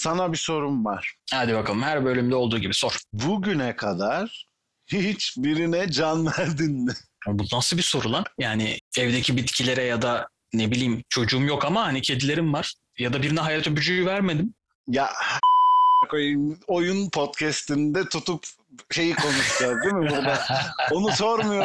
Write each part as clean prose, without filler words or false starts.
Sana bir sorum var. Hadi bakalım, her bölümde olduğu gibi sor. Bugüne kadar hiç birine can verdin mi? Ya bu nasıl bir soru lan? Yani evdeki bitkilere ya da ne bileyim çocuğum yok ama hani kedilerim var. Ya da birine hayat öpücüğü vermedim. Ya oyun podcast'inde tutup şeyi konuşacağız değil mi burada? Onu sormuyorum.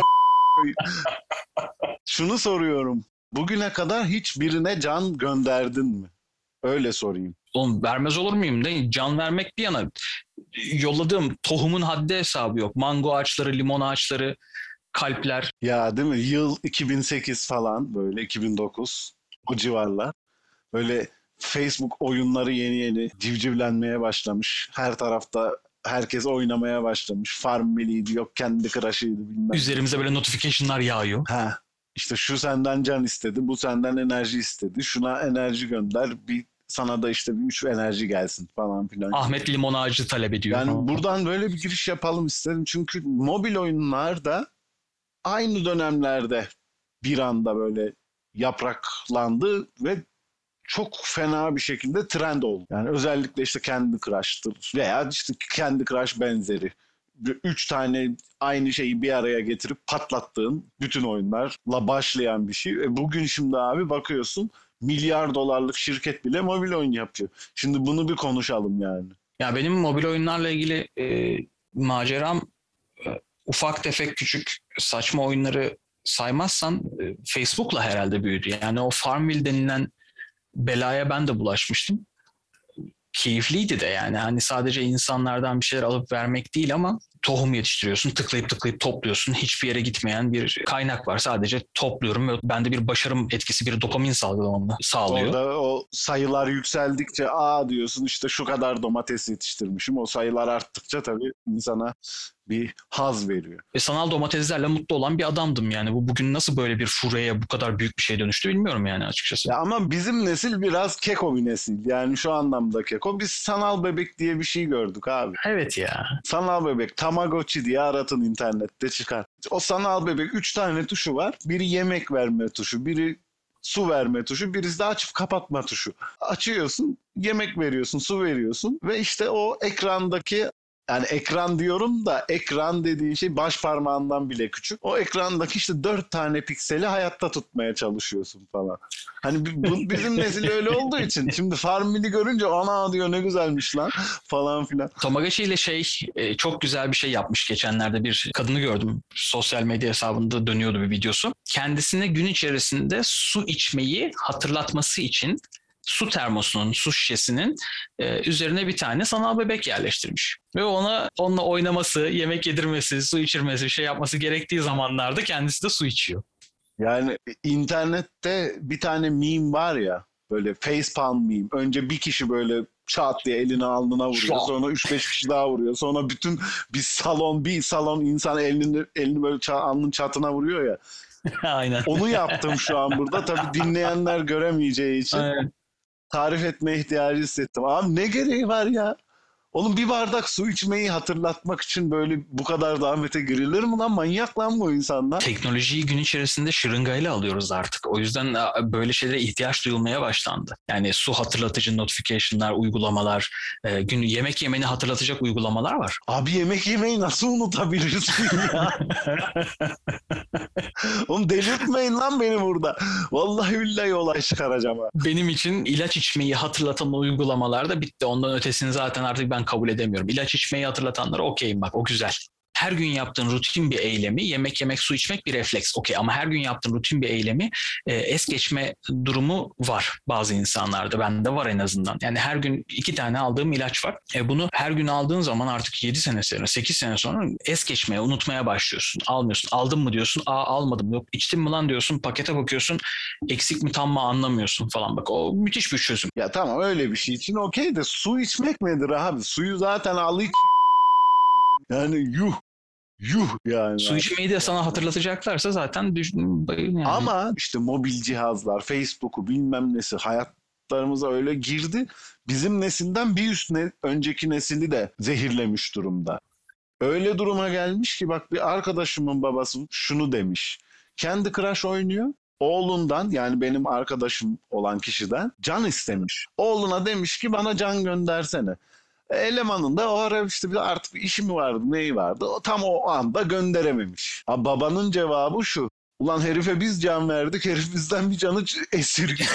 Şunu soruyorum. Bugüne kadar hiç birine can gönderdin mi? Öyle sorayım. Oğlum vermez olur muyum? Ne? Can vermek bir yana. Yolladığım tohumun haddi hesabı yok. Mango ağaçları, limon ağaçları, kalpler. Ya değil mi? Yıl 2008 falan böyle 2009 o civarlar. Böyle Facebook oyunları yeni yeni civcivlenmeye başlamış. Her tarafta herkes oynamaya başlamış. Farmville'iydi, yok kendi Crush'ıydı bilmem. Üzerimize böyle notification'lar yağıyor. Ha, işte şu senden can istedi, bu senden enerji istedi. Şuna enerji gönder, bir sana da işte bir 3 enerji gelsin falan filan. Ahmet limon ağacı talep ediyor. Yani buradan böyle bir giriş yapalım istedim. Çünkü mobil oyunlar da aynı dönemlerde bir anda böyle yapraklandı ve çok fena bir şekilde trend oldu. Yani özellikle işte Candy Crush'tır veya işte Candy Crush benzeri. 3 tane aynı şeyi bir araya getirip patlattığın bütün oyunlarla başlayan bir şey. Bugün şimdi abi bakıyorsun milyar dolarlık şirket bile mobil oyun yapıyor. Şimdi bunu bir konuşalım yani. Ya benim mobil oyunlarla ilgili maceram ufak tefek küçük saçma oyunları saymazsan Facebook'la herhalde büyüdü. Yani o Farmville denilen belaya ben de bulaşmıştım. Keyifliydi de yani hani sadece insanlardan bir şeyler alıp vermek değil ama tohum yetiştiriyorsun, tıklayıp tıklayıp topluyorsun. Hiçbir yere gitmeyen bir kaynak var. Sadece topluyorum ve bende bir başarım etkisi, bir dopamin salgılamamı sağlıyor. Orada o sayılar yükseldikçe diyorsun işte şu kadar domates yetiştirmişim. O sayılar arttıkça tabii insana bir haz veriyor. Sanal domateslerle mutlu olan bir adamdım yani. Bu bugün nasıl böyle bir furyaya bu kadar büyük bir şey dönüştü bilmiyorum yani açıkçası. Ya ama bizim nesil biraz keko bir nesil. Yani şu anlamda keko. Biz sanal bebek diye bir şey gördük abi. Evet ya. Sanal bebek, Tamagotchi diye aratın internette çıkar. O sanal bebek 3 tane tuşu var. Biri yemek verme tuşu, biri su verme tuşu, birisi de açıp kapatma tuşu. Açıyorsun, yemek veriyorsun, su veriyorsun ve işte o ekrandaki, yani ekran diyorum da ekran dediğin şey baş parmağından bile küçük. O ekrandaki işte 4 tane pikseli hayatta tutmaya çalışıyorsun falan. Hani bizim nesil öyle olduğu için şimdi Farmville'i görünce ana diyor ne güzelmiş lan falan filan. Tamagotchi ile çok güzel bir şey yapmış geçenlerde, bir kadını gördüm. Sosyal medya hesabında dönüyordu bir videosu. Kendisine gün içerisinde su içmeyi hatırlatması için su termosunun, su şişesinin üzerine bir tane sanal bebek yerleştirmiş. Ve onunla oynaması, yemek yedirmesi, su içirmesi, şey yapması gerektiği zamanlarda kendisi de su içiyor. Yani internette bir tane meme var ya, böyle facepalm meme. Önce bir kişi böyle çat diye elini alnına vuruyor. Sonra 3-5 kişi daha vuruyor. Sonra bütün bir salon insan elini böyle alnın çatına vuruyor ya. Aynen. Onu yaptım şu an burada. Tabii dinleyenler göremeyeceği için Aynen. tarif etme ihtiyacı hissettim. Abi ne gereği var ya? Oğlum bir bardak su içmeyi hatırlatmak için böyle bu kadar zahmete girilir mi lan? Manyak lan bu insanlar. Teknolojiyi gün içerisinde şırıngayla alıyoruz artık. O yüzden böyle şeylere ihtiyaç duyulmaya başlandı. Yani su hatırlatıcı notification'lar, uygulamalar, yemek yemeni hatırlatacak uygulamalar var. Abi yemek yemeyi nasıl unutabilirsin ya? Oğlum delirtmeyin lan beni burada. Vallahi billahi olay çıkaracağım ha. Benim için ilaç içmeyi hatırlatan uygulamalar da bitti. Ondan ötesini zaten artık ben kabul edemiyorum. İlaç içmeyi hatırlatanlara okeyim, bak o güzel. Her gün yaptığın rutin bir eylemi, yemek yemek, su içmek bir refleks, okey, ama her gün yaptığın rutin bir eylemi es geçme durumu var bazı insanlarda. Bende var en azından. Yani her gün 2 tane aldığım ilaç var. Bunu her gün aldığın zaman artık 7 sene sonra, 8 sene sonra es geçmeye, unutmaya başlıyorsun. Almıyorsun. Aldın mı diyorsun, almadım. Yok içtim mi lan diyorsun, pakete bakıyorsun, eksik mi tam mı anlamıyorsun falan. Bak o müthiş bir çözüm. Ya tamam öyle bir şey için okey de su içmek nedir abi? Suyu zaten al iç. Yani yuh yani. Su içmeyi de sana hatırlatacaklarsa zaten yani. Ama işte mobil cihazlar, Facebook'u bilmem nesi hayatlarımıza öyle girdi. Bizim nesilden bir önceki nesili de zehirlemiş durumda. Öyle duruma gelmiş ki bak bir arkadaşımın babası şunu demiş. Kendi Crush oynuyor. Oğlundan, yani benim arkadaşım olan kişiden can istemiş. Oğluna demiş ki bana can göndersene. Elemanın da o ara işte bir artık bir işi mi vardı, neyi vardı? O tam o anda gönderememiş. Ha, babanın cevabı şu: ulan herife biz can verdik, herif bizden bir canı esirgiyor.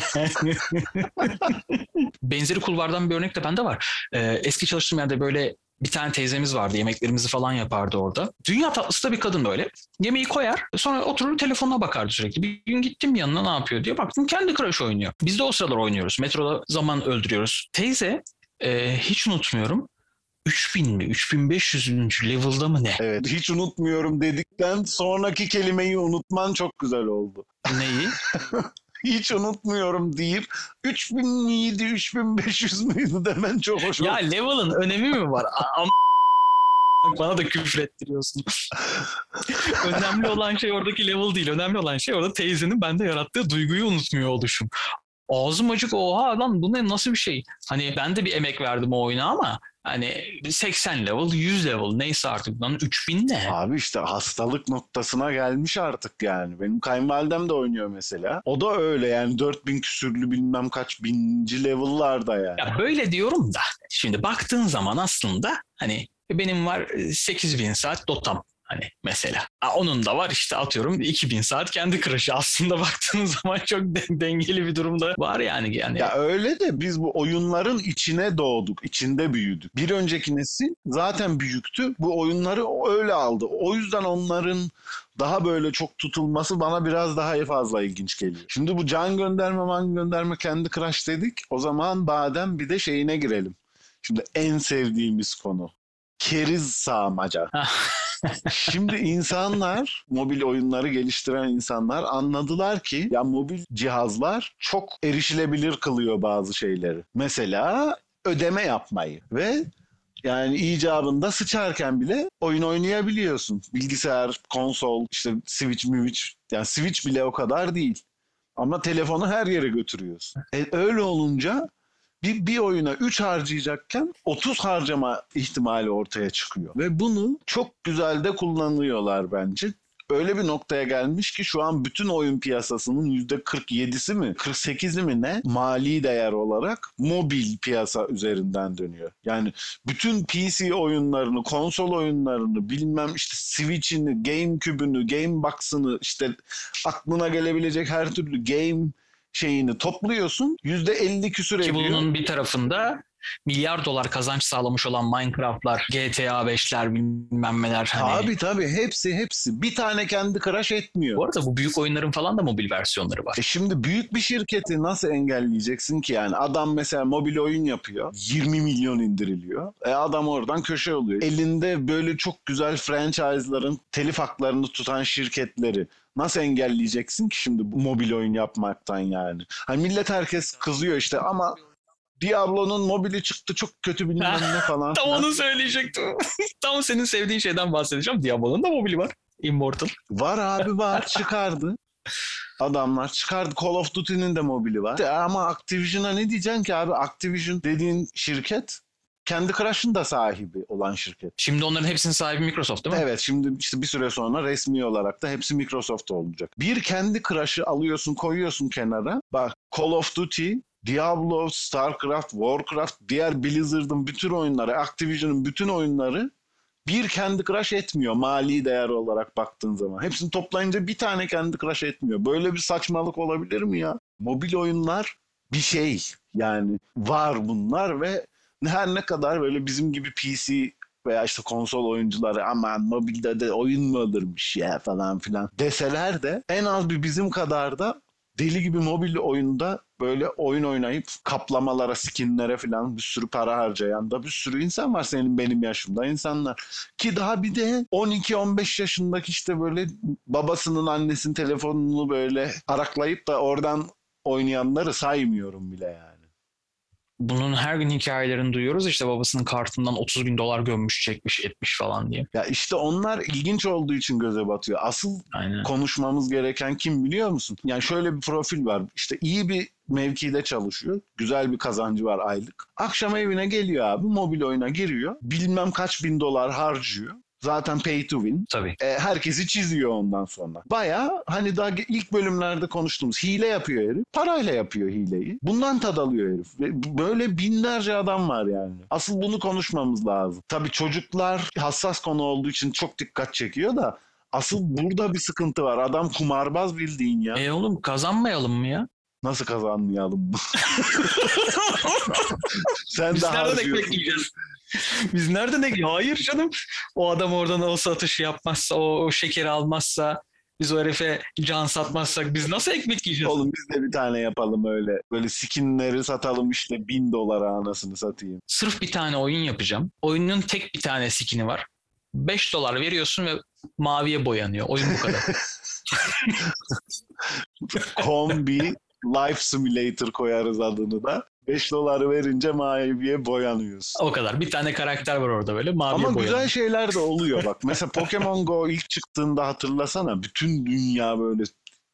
Benzeri kulvardan bir örnek de bende var. Eski çalıştığım yerde böyle bir tane teyzemiz vardı. Yemeklerimizi falan yapardı orada. Dünya tatlısı da bir kadın böyle. Yemeği koyar. Sonra oturur telefonuna bakardı sürekli. Bir gün gittim yanına, ne yapıyor diye. Baktım kendi Crush oynuyor. Biz de o sıralar oynuyoruz. Metroda zaman öldürüyoruz. Teyze hiç unutmuyorum. 3000 mi? 3500. level'da mı ne? Evet, hiç unutmuyorum dedikten sonraki kelimeyi unutman çok güzel oldu. Neyi? Hiç unutmuyorum deyip 3000 miydi, 3500 müydü demen çok hoş oldu. Ya level'ın önemi mi var? Bana da küfür ettiriyorsun. Önemli olan şey oradaki level değil. Önemli olan şey orada teyzenin bende yarattığı duyguyu unutmuyor oluşum. Ağzım acık, oha lan bu ne, nasıl bir şey? Hani ben de bir emek verdim o oyuna ama hani 80 level, 100 level neyse artık lan 3000 ne? Abi işte hastalık noktasına gelmiş artık yani. Benim kayınvalidem de oynuyor mesela. O da öyle yani, 4000 küsürlü bilmem kaç binci level'larda yani. Ya böyle diyorum da şimdi baktığın zaman aslında hani benim var 8000 saat Dota'm. Hani mesela. Onun da var işte atıyorum 2000 saat kendi Crush'ı. Aslında baktığın zaman çok dengeli bir durumda var yani. Ya öyle de biz bu oyunların içine doğduk, içinde büyüdük. Bir önceki nesil zaten büyüktü. Bu oyunları öyle aldı. O yüzden onların daha böyle çok tutulması bana biraz daha fazla ilginç geliyor. Şimdi bu can gönderme, kendi Crush dedik. O zaman badem bir de şeyine girelim. Şimdi en sevdiğimiz konu: keriz sağmaca. Şimdi insanlar, mobil oyunları geliştiren insanlar anladılar ki ya mobil cihazlar çok erişilebilir kılıyor bazı şeyleri. Mesela ödeme yapmayı ve yani icabında sıçarken bile oyun oynayabiliyorsun. Bilgisayar, konsol, işte Switch, yani Switch bile o kadar değil. Ama telefonu her yere götürüyorsun. Öyle olunca bir oyuna 3 harcayacakken 30 harcama ihtimali ortaya çıkıyor. Ve bunu çok güzel de kullanıyorlar bence. Öyle bir noktaya gelmiş ki şu an bütün oyun piyasasının %47'si mi, 48'i mi ne, mali değer olarak mobil piyasa üzerinden dönüyor. Yani bütün PC oyunlarını, konsol oyunlarını, bilmem işte Switch'ini, GameCube'ünü, Gamebox'ını, işte aklına gelebilecek her türlü game şeyini topluyorsun. %50 küsür ediyor. Ki bunun bir tarafında milyar dolar kazanç sağlamış olan Minecraft'lar, GTA 5'ler bilmem neler. Hani... Tabii hepsi. Bir tane kendi Crush etmiyor. Bu arada bu büyük oyunların falan da mobil versiyonları var. Şimdi büyük bir şirketi nasıl engelleyeceksin ki yani? Adam mesela mobil oyun yapıyor. 20 milyon indiriliyor. Adam oradan köşe oluyor. Elinde böyle çok güzel franchise'ların telif haklarını tutan şirketleri nasıl engelleyeceksin ki şimdi bu mobil oyun yapmaktan yani? Hani millet, herkes kızıyor işte ama Diablo'nun mobili çıktı çok kötü bilmem ne falan. Tam onu söyleyecektim. Tam senin sevdiğin şeyden bahsedeceğim. Diablo'nun da mobili var. Immortal. Var abi, var, çıkardı. Adamlar çıkardı. Call of Duty'nin de mobili var. Ama Activision'a ne diyeceksin ki abi? Activision dediğin şirket kendi Crush'ın da sahibi olan şirket. Şimdi onların hepsinin sahibi Microsoft değil mi? Evet, şimdi işte bir süre sonra resmi olarak da hepsi Microsoft olacak. Bir kendi Crush'ı alıyorsun, koyuyorsun kenara. Bak, Call of Duty, Diablo, StarCraft, Warcraft, diğer Blizzard'ın bütün oyunları, Activision'ın bütün oyunları bir kendi Crush etmiyor mali değer olarak baktığın zaman. Hepsini toplayınca bir tane kendi Crush etmiyor. Böyle bir saçmalık olabilir mi ya? Mobil oyunlar bir şey yani, var bunlar ve her ne kadar böyle bizim gibi PC veya işte konsol oyuncuları aman mobilde de oyun mu alırmış ya falan filan deseler de en az bir bizim kadar da deli gibi mobil oyunda böyle oyun oynayıp kaplamalara, skinlere falan bir sürü para harcayan da bir sürü insan var, senin benim yaşımda insanlar. Ki daha bir de 12-15 yaşındaki işte böyle babasının, annesinin telefonunu böyle araklayıp da oradan oynayanları saymıyorum bile yani. Bunun her gün hikayelerini duyuyoruz. İşte babasının kartından 30 bin dolar gömmüş, çekmiş, etmiş falan diye. Ya işte onlar ilginç olduğu için göze batıyor. Asıl Aynen. konuşmamız gereken kim biliyor musun? Yani şöyle bir profil var. İşte iyi bir mevkide çalışıyor. Güzel bir kazancı var aylık. Akşam evine geliyor abi. Mobil oyuna giriyor. Bilmem kaç bin dolar harcıyor. Zaten pay to win. Tabii. Herkesi çiziyor ondan sonra. Baya hani daha ilk bölümlerde konuştuğumuz hile yapıyor herif. Parayla yapıyor hileyi. Bundan tad alıyor herif. Böyle binlerce adam var yani. Asıl bunu konuşmamız lazım. Tabii çocuklar hassas konu olduğu için çok dikkat çekiyor da asıl burada bir sıkıntı var. Adam kumarbaz bildiğin ya. Oğlum kazanmayalım mı ya? Nasıl kazanmayalım? Sen Biz de nereden ekmek harcıyorsun. yiyeceğiz? Biz nereden ekmek? Hayır canım. O adam oradan o satışı yapmazsa, o şekeri almazsa, biz o herife can satmazsak biz nasıl ekmek yiyeceğiz? Oğlum biz de bir tane yapalım öyle. Böyle skinleri satalım işte 1.000 dolara anasını satayım. Sırf bir tane oyun yapacağım. Oyunun tek bir tane skini var. $5 veriyorsun ve maviye boyanıyor. Oyun bu kadar. Kombi Life Simulator koyarız adını da. 5 dolar verince maviye boyanıyorsun. O kadar. Bir tane karakter var orada böyle maviye Ama boyanıyor. güzel şeyler de oluyor bak. Mesela Pokemon Go ilk çıktığında hatırlasana. Bütün dünya böyle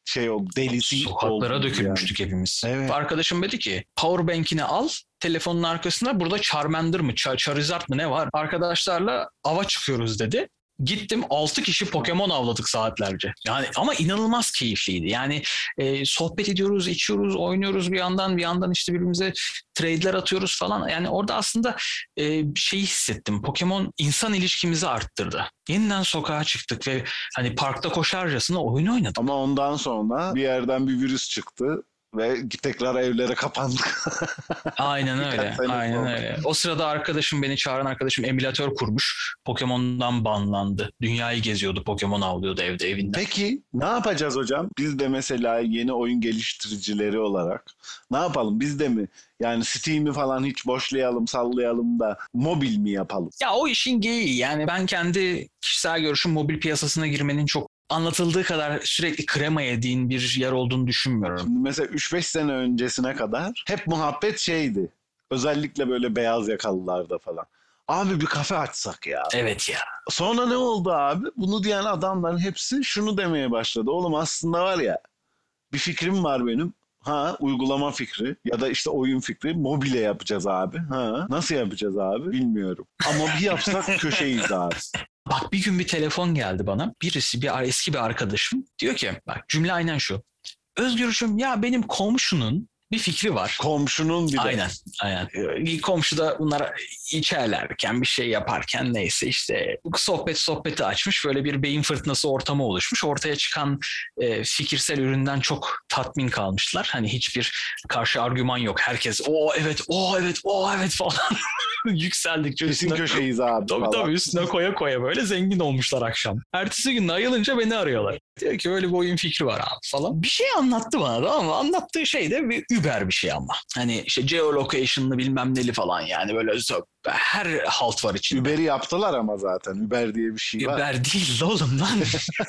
delisi Sokaklara oldu dökülmüştük hepimiz. Evet. Arkadaşım dedi ki powerbank'ini al, telefonun arkasına burada Charmander mı Charizard mı ne var? Arkadaşlarla ava çıkıyoruz dedi. Gittim 6 kişi Pokemon avladık saatlerce. Yani ama inanılmaz keyifliydi. Yani sohbet ediyoruz, içiyoruz, oynuyoruz bir yandan işte birbirimize trade'ler atıyoruz falan. Yani orada aslında şeyi hissettim. Pokemon insan ilişkimizi arttırdı. Yeniden sokağa çıktık ve hani parkta koşarcasına oyun oynadık. Ama ondan sonra bir yerden bir virüs çıktı ve tekrar evlere kapandık. Aynen öyle. Aynen öyle. O sırada beni çağıran arkadaşım emülatör kurmuş. Pokemon'dan banlandı. Dünyayı geziyordu. Pokemon avlıyordu evinden. Peki ne yapacağız hocam? Biz de mesela yeni oyun geliştiricileri olarak ne yapalım? Biz de mi? Yani Steam'i falan hiç boşlayalım, sallayalım da mobil mi yapalım? Ya o işin geyiği. Yani ben kendi kişisel görüşüm mobil piyasasına girmenin çok anlatıldığı kadar sürekli krema yediğin bir yer olduğunu düşünmüyorum. Şimdi mesela 3-5 sene öncesine kadar hep muhabbet şeydi. Özellikle böyle beyaz yakalılarda falan. Abi bir kafe açsak ya. Evet ya. Sonra ne oldu abi? Bunu diyen adamların hepsi şunu demeye başladı. Oğlum aslında var ya bir fikrim var benim. Uygulama fikri ya da işte oyun fikri mobile yapacağız abi. Nasıl yapacağız abi? Bilmiyorum. Ama bir yapsak köşeyiz abi. Bak bir gün bir telefon geldi bana. Birisi eski bir arkadaşım. Diyor ki bak cümle aynen şu. Özgürcüğüm ya benim komşunun bir fikri var. Komşunun bir de. Aynen. Komşu da bunlar içerlerken bir şey yaparken neyse işte sohbeti açmış. Böyle bir beyin fırtınası ortamı oluşmuş. Ortaya çıkan fikirsel üründen çok tatmin kalmışlar. Hani hiçbir karşı argüman yok. Herkes o evet falan yükseldikçe Kesin üstüne, köşeyiz abi. tabii üstüne koya böyle zengin olmuşlar akşam. Ertesi gün de ayılınca beni arıyorlar. Diyor ki öyle bir oyun fikri var abi falan. Bir şey anlattı bana da ama anlattığı şey de bir Uber bir şey ama. Hani işte geolocation'lı bilmem neli falan yani böyle her halt var içinde. Uber'i yaptılar ama zaten. Uber diye bir şey var. Uber değil oğlum lan.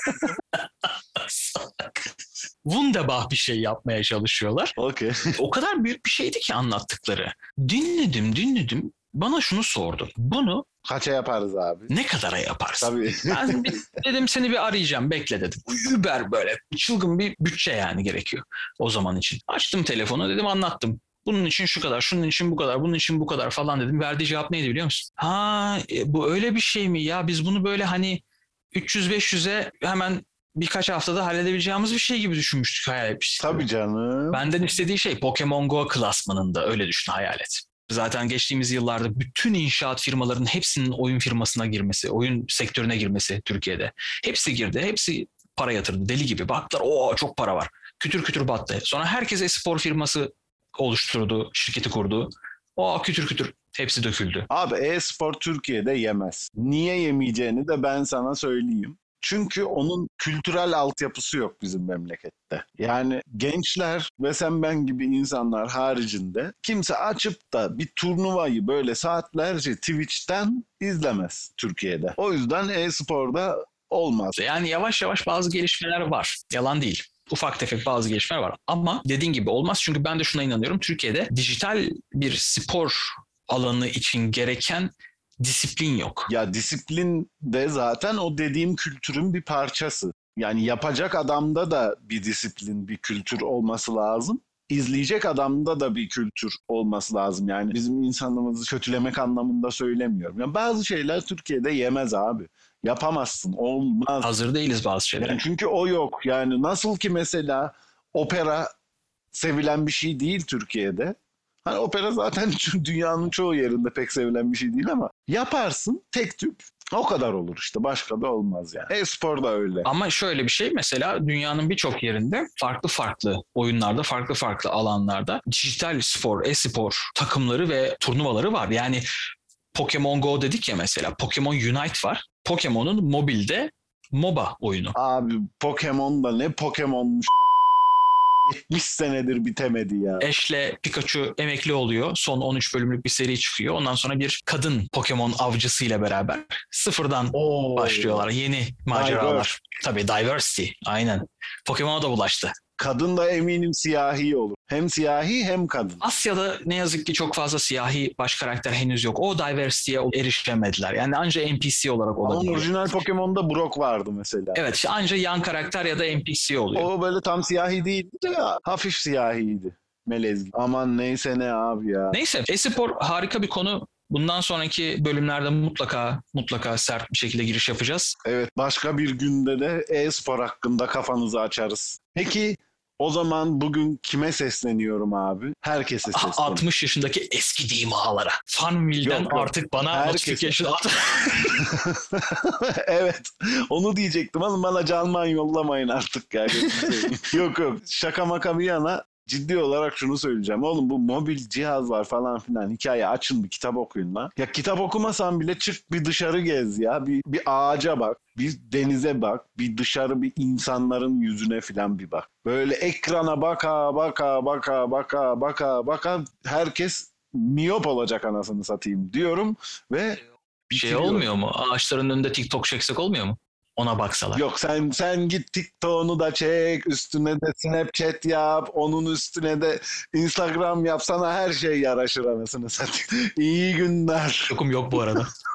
Wunderbar bir şey yapmaya çalışıyorlar. Okey. O kadar büyük bir şeydi ki anlattıkları. Dinledim. Bana şunu sordu. Bunu Kaça yaparız abi? ne kadara yaparsın? Tabii. Ben dedim seni bir arayacağım bekle dedim. Uber böyle çılgın bir bütçe yani gerekiyor o zaman için. Açtım telefonu dedim anlattım. Bunun için şu kadar, şunun için bu kadar, bunun için bu kadar falan dedim. Verdiği cevap neydi biliyor musun? Bu öyle bir şey mi ya biz bunu böyle hani 300-500'e hemen birkaç haftada halledebileceğimiz bir şey gibi düşünmüştük, hayal etmiştik. Tabii canım. Benden istediği şey Pokemon Go klasmanında öyle düşün, hayal et. Zaten geçtiğimiz yıllarda bütün inşaat firmalarının hepsinin oyun firmasına girmesi, oyun sektörüne girmesi Türkiye'de. Hepsi girdi, hepsi para yatırdı deli gibi. Baktılar çok para var. Kütür kütür battı. Sonra herkes e-spor firması oluşturdu, şirketi kurdu. Kütür kütür hepsi döküldü. Abi e-spor Türkiye'de yemez. Niye yemeyeceğini de ben sana söyleyeyim. Çünkü onun kültürel altyapısı yok bizim memlekette. Yani gençler ve sen ben gibi insanlar haricinde kimse açıp da bir turnuvayı böyle saatlerce Twitch'ten izlemez Türkiye'de. O yüzden e-sporda olmaz. Yani yavaş yavaş bazı gelişmeler var. Yalan değil. Ufak tefek bazı gelişmeler var. Ama dediğin gibi olmaz. Çünkü ben de şuna inanıyorum. Türkiye'de dijital bir spor alanı için gereken disiplin yok. Ya disiplin de zaten o dediğim kültürün bir parçası. Yani yapacak adamda da bir disiplin, bir kültür olması lazım. izleyecek adamda da bir kültür olması lazım. Yani bizim insanlığımızı kötülemek anlamında söylemiyorum. Yani bazı şeyler Türkiye'de yemez abi. Yapamazsın. Olmaz. Hazır değiliz bazı şeylere. Yani çünkü o yok. Yani nasıl ki mesela opera sevilen bir şey değil Türkiye'de. Hani opera zaten dünyanın çoğu yerinde pek sevilen bir şey değil ama yaparsın tek tük. O kadar olur işte. Başka da olmaz yani. E-spor da öyle. Ama şöyle bir şey, mesela dünyanın birçok yerinde farklı farklı oyunlarda, farklı farklı alanlarda dijital spor, e-spor takımları ve turnuvaları var. Yani Pokemon Go dedik ya mesela. Pokemon Unite var. Pokemon'un mobilde MOBA oyunu. Abi Pokemon da ne Pokemon'muş 70 senedir bitemedi ya. Ash'le Pikachu emekli oluyor. Son 13 bölümlük bir seri çıkıyor. Ondan sonra bir kadın Pokemon avcısıyla beraber sıfırdan başlıyorlar. Yeni maceralar. Tabii diversity. Aynen. Pokemon'a da bulaştı. Kadın da eminim siyahi olur. Hem siyahi hem kadın. Asya'da ne yazık ki çok fazla siyahi baş karakter henüz yok. O diversity'ye erişemediler. Yani anca NPC olarak Ama olabiliyor. orijinal Pokemon'da Brock vardı mesela. Evet, işte anca yan karakter ya da NPC oluyor. O böyle tam siyahi değildi de hafif siyahiydi. Melez gibi. Aman neyse ne abi ya. Neyse, e-spor harika bir konu. Bundan sonraki bölümlerde mutlaka sert bir şekilde giriş yapacağız. Evet, başka bir günde de e-spor hakkında kafanızı açarız. Peki o zaman bugün kime sesleniyorum abi? Herkese sesleniyorum. 60 yaşındaki eski dimalara. Farmville'den Yok, yok. artık bana Herkese. notification at. Evet, onu diyecektim ama bana canman yollamayın artık yani. Yok şaka maka bir yana ciddi olarak şunu söyleyeceğim. Oğlum bu mobil cihaz var falan filan hikaye açın bir kitap okuyun lan. Ya kitap okumasan bile çık bir dışarı gez ya. Bir ağaca bak, bir denize bak, bir dışarı bir insanların yüzüne filan bir bak. Böyle ekrana baka herkes miyop olacak anasını satayım diyorum ve Şey olmuyor mu? Ağaçların önünde TikTok çeksek olmuyor mu? Ona baksalar. Yok sen git TikTok'unu da çek, üstüne de Snapchat yap, onun üstüne de Instagram yap, sana her şey yaraşır anasını satayım. İyi günler. Yokum yok bu arada.